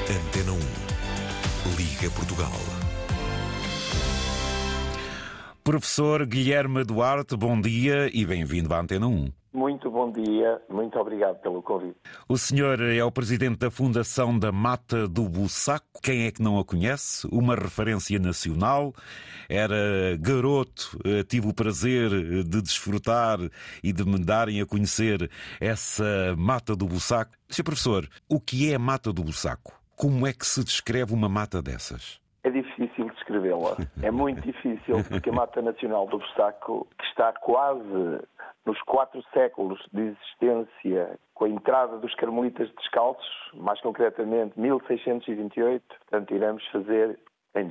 Antena 1. Liga Portugal. Professor Guilherme Duarte, bom dia e bem-vindo à Antena 1. Muito bom dia, muito obrigado pelo convite. O senhor é o presidente da Fundação da Mata do Bussaco. Quem é que não a conhece? Uma referência nacional. Era garoto, tive o prazer de desfrutar e de me darem a conhecer essa Mata do Bussaco. Sr. Professor, o que é a Mata do Bussaco? Como é que se descreve uma mata dessas? É difícil descrevê-la, é muito difícil, porque a Mata Nacional do Bussaco, que está quase nos 4 séculos de existência, com a entrada dos Carmelitas Descalços, mais concretamente 1628, portanto iremos fazer em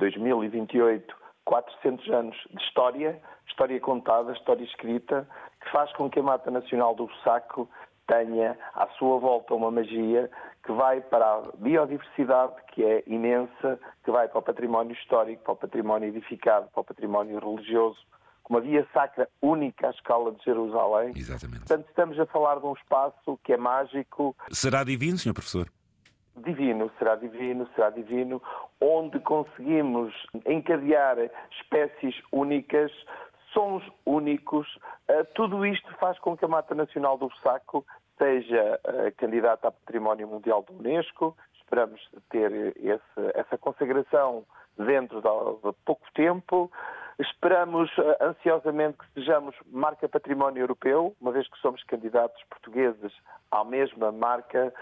2028 400 anos de história contada, história escrita, que faz com que a Mata Nacional do Bussaco tenha à sua volta uma magia que vai para a biodiversidade, que é imensa, que vai para o património histórico, para o património edificado, para o património religioso, com uma via sacra única à escala de Jerusalém. Exatamente. Portanto, estamos a falar de um espaço que é mágico. Será divino, Sr. Professor? Divino, será divino, onde conseguimos encadear espécies únicas, sons únicos. Tudo isto faz com que a Mata Nacional do Bussaco seja candidata a Património Mundial da Unesco. Esperamos ter essa consagração dentro de pouco tempo. Esperamos ansiosamente que sejamos marca património europeu, uma vez que somos candidatos portugueses à mesma marca,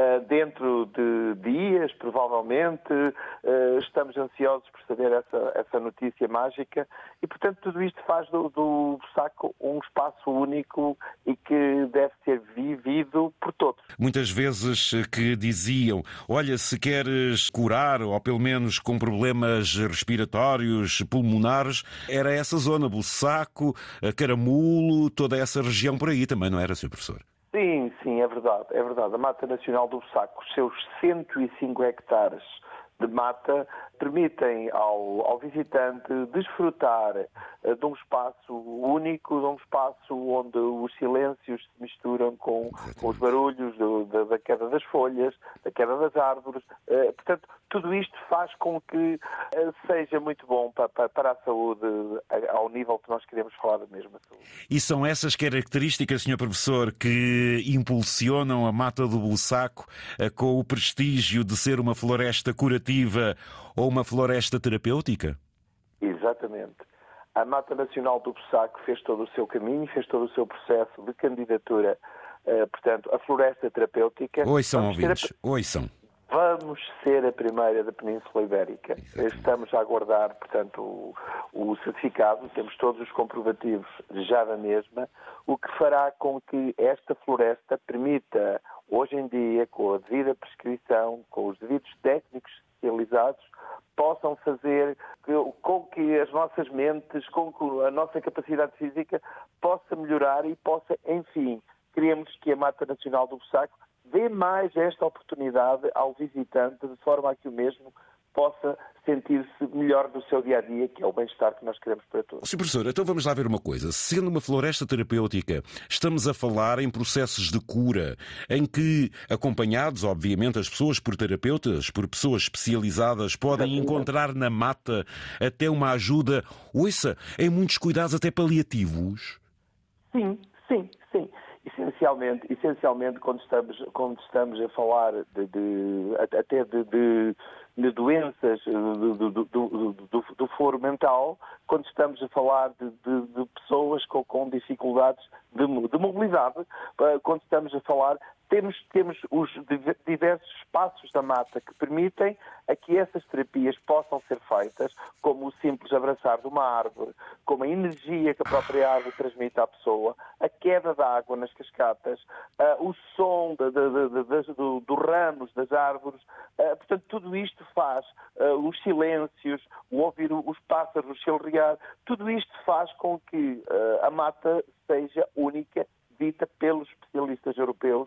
dentro de dias, provavelmente. Estamos ansiosos por saber essa notícia mágica e, portanto, tudo isto faz do Bussaco um espaço único e que deve ser vivido por todos. Muitas vezes que diziam, olha, se queres curar, ou pelo menos com problemas respiratórios, pulmonares, era essa zona, Bussaco, Caramulo, toda essa região por aí também, não era, Sr. Professor? Sim, é verdade. A Mata Nacional do Bussaco, os seus 105 hectares de mata, permitem ao visitante desfrutar de um espaço único, de um espaço onde os silêncios se misturam com os barulhos da queda das folhas, da queda das árvores. Portanto, tudo isto faz com que seja muito bom para a saúde, ao nível que nós queremos falar da mesma saúde. E são essas características, Sr. Professor, que impulsionam a Mata do Bussaco com o prestígio de ser uma floresta curativa ou uma floresta terapêutica? Exatamente. A Mata Nacional do Bussaco fez todo o seu caminho, fez todo o seu processo de candidatura, portanto, a floresta terapêutica. Ouçam, ouvintes, ouçam. Vamos ser a primeira da Península Ibérica. Exatamente. Estamos a aguardar, portanto, o certificado, temos todos os comprovativos já da mesma, o que fará com que esta floresta permita, hoje em dia, com a devida prescrição, com os devidos técnicos especializados, possam fazer com que as nossas mentes, com que a nossa capacidade física possa melhorar e possa, enfim, queremos que a Mata Nacional do Bussaco dê mais esta oportunidade ao visitante, de forma a que o mesmo possa sentir-se melhor do seu dia-a-dia, que é o bem-estar que nós queremos para todos. Sr. Professor, então vamos lá ver uma coisa. Sendo uma floresta terapêutica, estamos a falar em processos de cura, em que, acompanhados, obviamente, as pessoas por terapeutas, por pessoas especializadas, podem encontrar na mata até uma ajuda, ouça, em muitos cuidados até paliativos? Sim. Essencialmente quando estamos a falar de doenças do foro mental, quando estamos a falar de pessoas com dificuldades de mobilidade, quando estamos a falar, temos os diversos espaços da mata que permitem a que essas terapias possam ser feitas, como o simples abraçar de uma árvore, como a energia que a própria árvore transmite à pessoa, a queda da água nas cascatas, o som dos ramos das árvores. Portanto, tudo isto faz, os silêncios, o ouvir os pássaros chilrear, tudo isto faz com que a mata seja única, dita pelos especialistas europeus,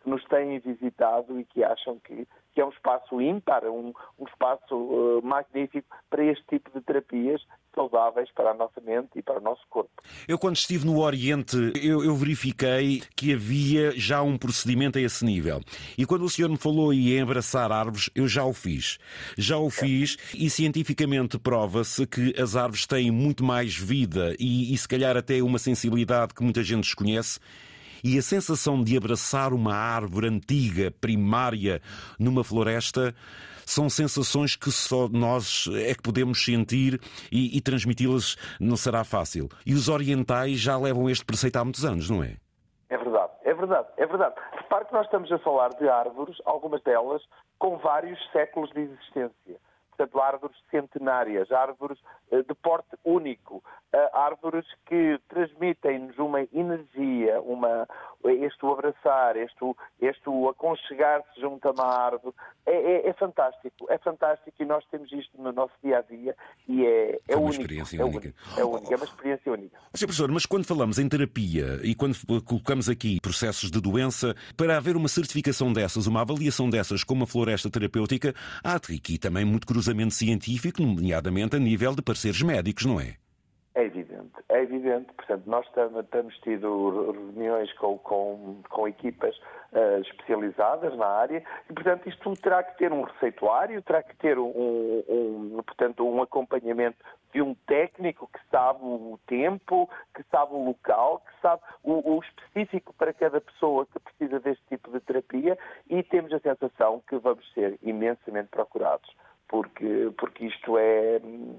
que nos têm visitado e que acham que é um espaço ímpar, um espaço magnífico para este tipo de terapias saudáveis para a nossa mente e para o nosso corpo. Eu, quando estive no Oriente, eu verifiquei que havia já um procedimento a esse nível. E quando o senhor me falou em abraçar árvores, eu já o fiz. Já o fiz e cientificamente prova-se que as árvores têm muito mais vida e se calhar até uma sensibilidade que muita gente desconhece. E a sensação de abraçar uma árvore antiga, primária, numa floresta, são sensações que só nós é que podemos sentir e transmiti-las não será fácil. E os orientais já levam este preceito há muitos anos, não é? É verdade, é verdade, é verdade. Repare que nós estamos a falar de árvores, algumas delas com vários séculos de existência. Portanto, árvores centenárias, árvores de porte único, árvores que transmitem-nos uma energia, este abraçar, este aconchegar-se junto a uma árvore. É fantástico e nós temos isto no nosso dia-a-dia e é uma único. Experiência única. É único, é uma experiência única. Sr. Professor, mas quando falamos em terapia e quando colocamos aqui processos de doença, para haver uma certificação dessas, uma avaliação dessas como uma floresta terapêutica, há aqui também muito cruzamento científico, nomeadamente a nível de parceiros médicos, não é? É evidente. Portanto, nós temos tido reuniões com equipas especializadas na área e, portanto, isto terá que ter um receituário, terá que ter portanto, um acompanhamento de um técnico que sabe o tempo, que sabe o local, que sabe o específico para cada pessoa que precisa deste tipo de terapia e temos a sensação que vamos ser imensamente procurados. Porque isto é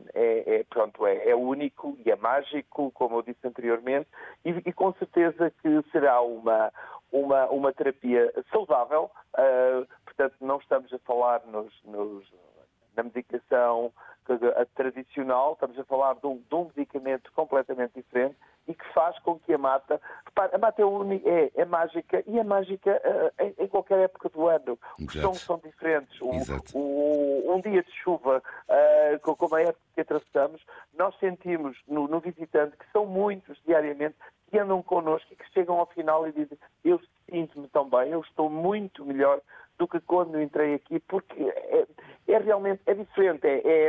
único e é mágico, como eu disse anteriormente, e com certeza que será uma terapia saudável. Portanto, não estamos a falar na medicação tradicional, estamos a falar de um medicamento completamente diferente e que faz com que a mata... Repare, a mata é mágica e é mágica em qualquer época do ano. Os sons são diferentes. Um dia de chuva, como a época que atravessamos, nós sentimos no visitante, que são muitos diariamente, que andam connosco e que chegam ao final e dizem: eu sinto-me tão bem, eu estou muito melhor do que quando entrei aqui, porque é realmente diferente.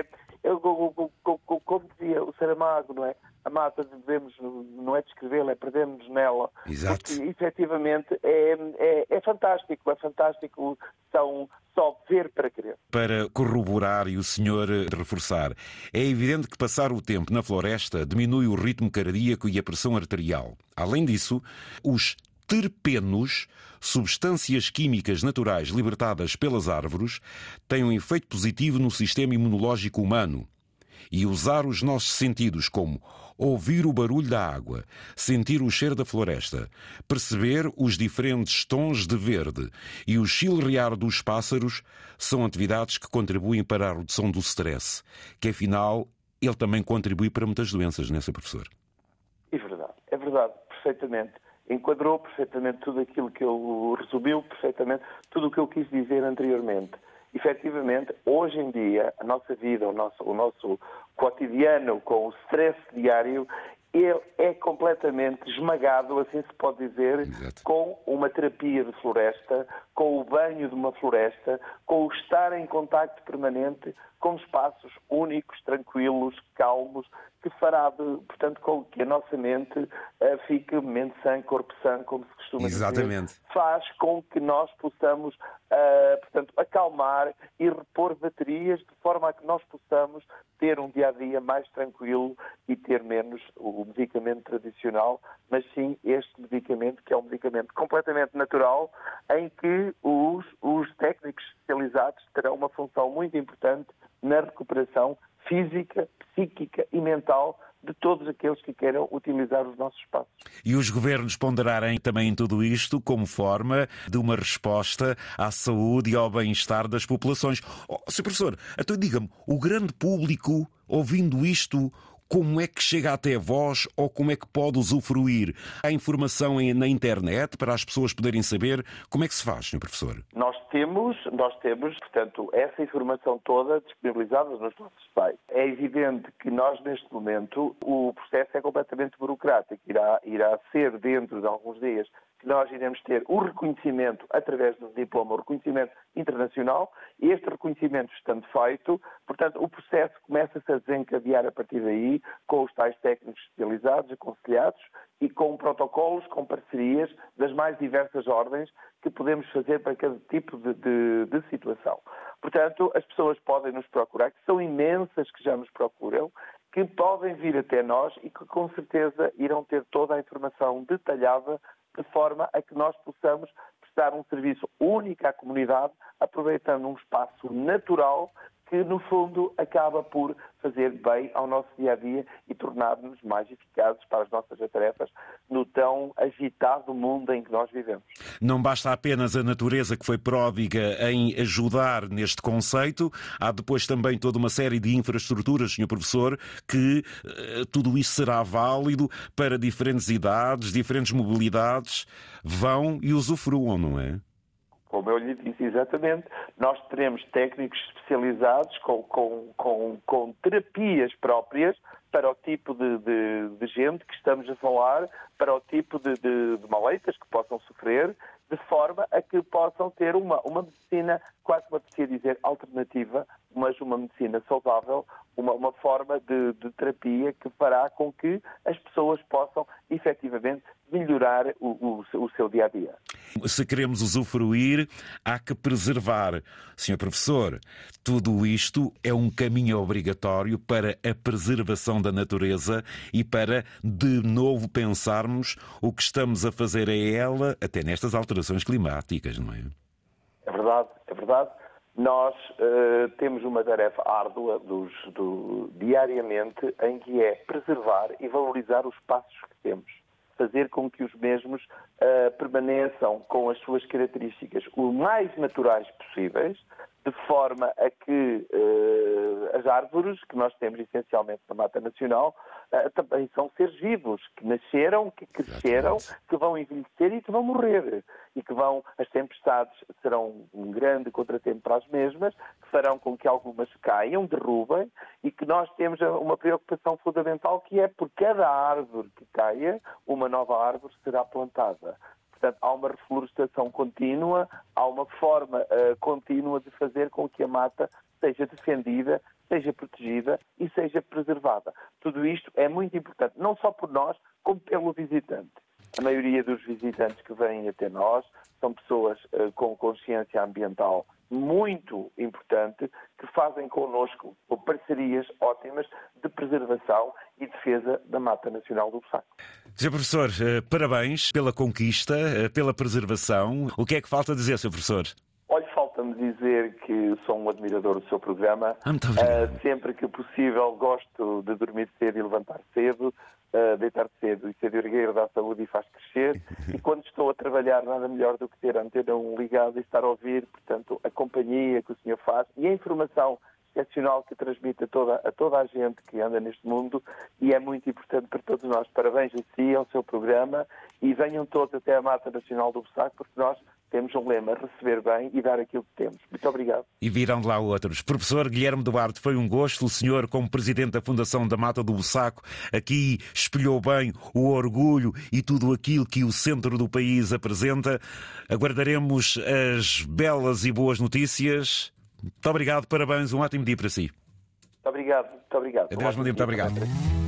Como dizia o Saramago, não é? A mata devemos, não é descrevê-la, é perdermos nela. Exato. Porque, efetivamente, é fantástico, são só ver para crer. Para corroborar e o senhor reforçar, é evidente que passar o tempo na floresta diminui o ritmo cardíaco e a pressão arterial. Além disso, os terpenos, substâncias químicas naturais libertadas pelas árvores, têm um efeito positivo no sistema imunológico humano. E usar os nossos sentidos, como ouvir o barulho da água, sentir o cheiro da floresta, perceber os diferentes tons de verde e o chilrear dos pássaros, são atividades que contribuem para a redução do stress, que afinal ele também contribui para muitas doenças, não é, Sr. Professor? É verdade, perfeitamente. Enquadrou perfeitamente tudo aquilo que eu resumiu, perfeitamente tudo o que eu quis dizer anteriormente. Efetivamente, hoje em dia, a nossa vida, o nosso cotidiano, com o stress diário, ele é completamente esmagado, assim se pode dizer, Exato. Com uma terapia de floresta, com o banho de uma floresta, com o estar em contacto permanente com espaços únicos, tranquilos, calmos, que fará, portanto, com que a nossa mente fique mente sã, corpo sã, como se costuma Exatamente. dizer. Faz com que nós possamos, portanto, acalmar e repor baterias de forma a que nós possamos ter um dia-a-dia mais tranquilo e ter menos o medicamento tradicional, mas sim este medicamento, que é um medicamento completamente natural, em que os técnicos especializados terão uma função muito importante na recuperação física, psíquica e mental de todos aqueles que queiram utilizar os nossos espaços. E os governos ponderarem também tudo isto como forma de uma resposta à saúde e ao bem-estar das populações. Sr. Professor, então diga-me, o grande público, ouvindo isto, como é que chega até vós ou como é que pode usufruir? Há informação na internet para as pessoas poderem saber? Como é que se faz, Sr. Professor? Nós temos, portanto, essa informação toda disponibilizada nos nossos sites. É evidente que nós, neste momento, o processo é completamente burocrático. Irá ser, dentro de alguns dias, que nós iremos ter o reconhecimento através do diploma, o reconhecimento internacional, e este reconhecimento estando feito, portanto, o processo começa-se a desencadear a partir daí, com os tais técnicos especializados, aconselhados, e com protocolos, com parcerias das mais diversas ordens que podemos fazer para cada tipo de situação. Portanto, as pessoas podem nos procurar, que são imensas que já nos procuram, que podem vir até nós e que com certeza irão ter toda a informação detalhada de forma a que nós possamos prestar um serviço único à comunidade, aproveitando um espaço natural que, no fundo, acaba por fazer bem ao nosso dia-a-dia e tornar-nos mais eficazes para as nossas tarefas no tão agitado mundo em que nós vivemos. Não basta apenas a natureza, que foi pródiga em ajudar neste conceito, há depois também toda uma série de infraestruturas, Sr. Professor, que tudo isso será válido para diferentes idades, diferentes mobilidades, vão e usufruam, não é? Como eu lhe disse exatamente, nós teremos técnicos especializados com terapias próprias para o tipo de gente que estamos a falar, para o tipo de maleitas que possam sofrer, de forma a que possam ter uma medicina, quase me apetecia dizer, alternativa, mas uma medicina saudável, uma forma de terapia que fará com que as pessoas possam, efetivamente, melhorar o seu dia-a-dia. Se queremos usufruir, há que preservar. Sr. Professor, tudo isto é um caminho obrigatório para a preservação da natureza e para, de novo, pensarmos o que estamos a fazer a ela, até nestas alterações climáticas, não é? É verdade, é verdade. Nós temos uma tarefa árdua diariamente, em que é preservar e valorizar os espaços que temos. Fazer com que os mesmos permaneçam com as suas características o mais naturais possíveis, de forma a que as árvores, que nós temos essencialmente na Mata Nacional, também são seres vivos, que nasceram, que cresceram, que vão envelhecer e que vão morrer. E que as tempestades serão um grande contratempo para as mesmas, que farão com que algumas caiam, derrubem, e que nós temos uma preocupação fundamental, que é por cada árvore que caia, uma nova árvore será plantada. Portanto, há uma reflorestação contínua, há uma forma contínua de fazer com que a mata seja defendida, seja protegida e seja preservada. Tudo isto é muito importante, não só por nós, como pelo visitante. A maioria dos visitantes que vêm até nós são pessoas com consciência ambiental muito importante, que fazem connosco parcerias ótimas de preservação e defesa da Mata Nacional do Bussaco. Sr. Professor, parabéns pela conquista, pela preservação. O que é que falta dizer, Sr. Professor? Olha, falta-me dizer que sou um admirador do seu programa. Muito obrigado. Sempre que possível gosto de dormir cedo e levantar cedo, deitar cedo. Isso é de erguer, dá saúde e faz crescer. E quando estou a trabalhar, nada melhor do que ter a antena 1 ligada e estar a ouvir, portanto, a companhia que o senhor faz e a informação excepcional que transmite a toda a gente que anda neste mundo, e é muito importante para todos nós. Parabéns a si, ao seu programa, e venham todos até a Mata Nacional do Bussaco, porque nós temos um lema: receber bem e dar aquilo que temos. Muito obrigado. E virão de lá outros. Professor Guilherme Duarte, foi um gosto. O senhor, como Presidente da Fundação da Mata do Bussaco, aqui espelhou bem o orgulho e tudo aquilo que o centro do país apresenta. Aguardaremos as belas e boas notícias. Muito obrigado, parabéns, um ótimo dia para si. Muito obrigado, muito obrigado. Adeus, bom dia, muito obrigado.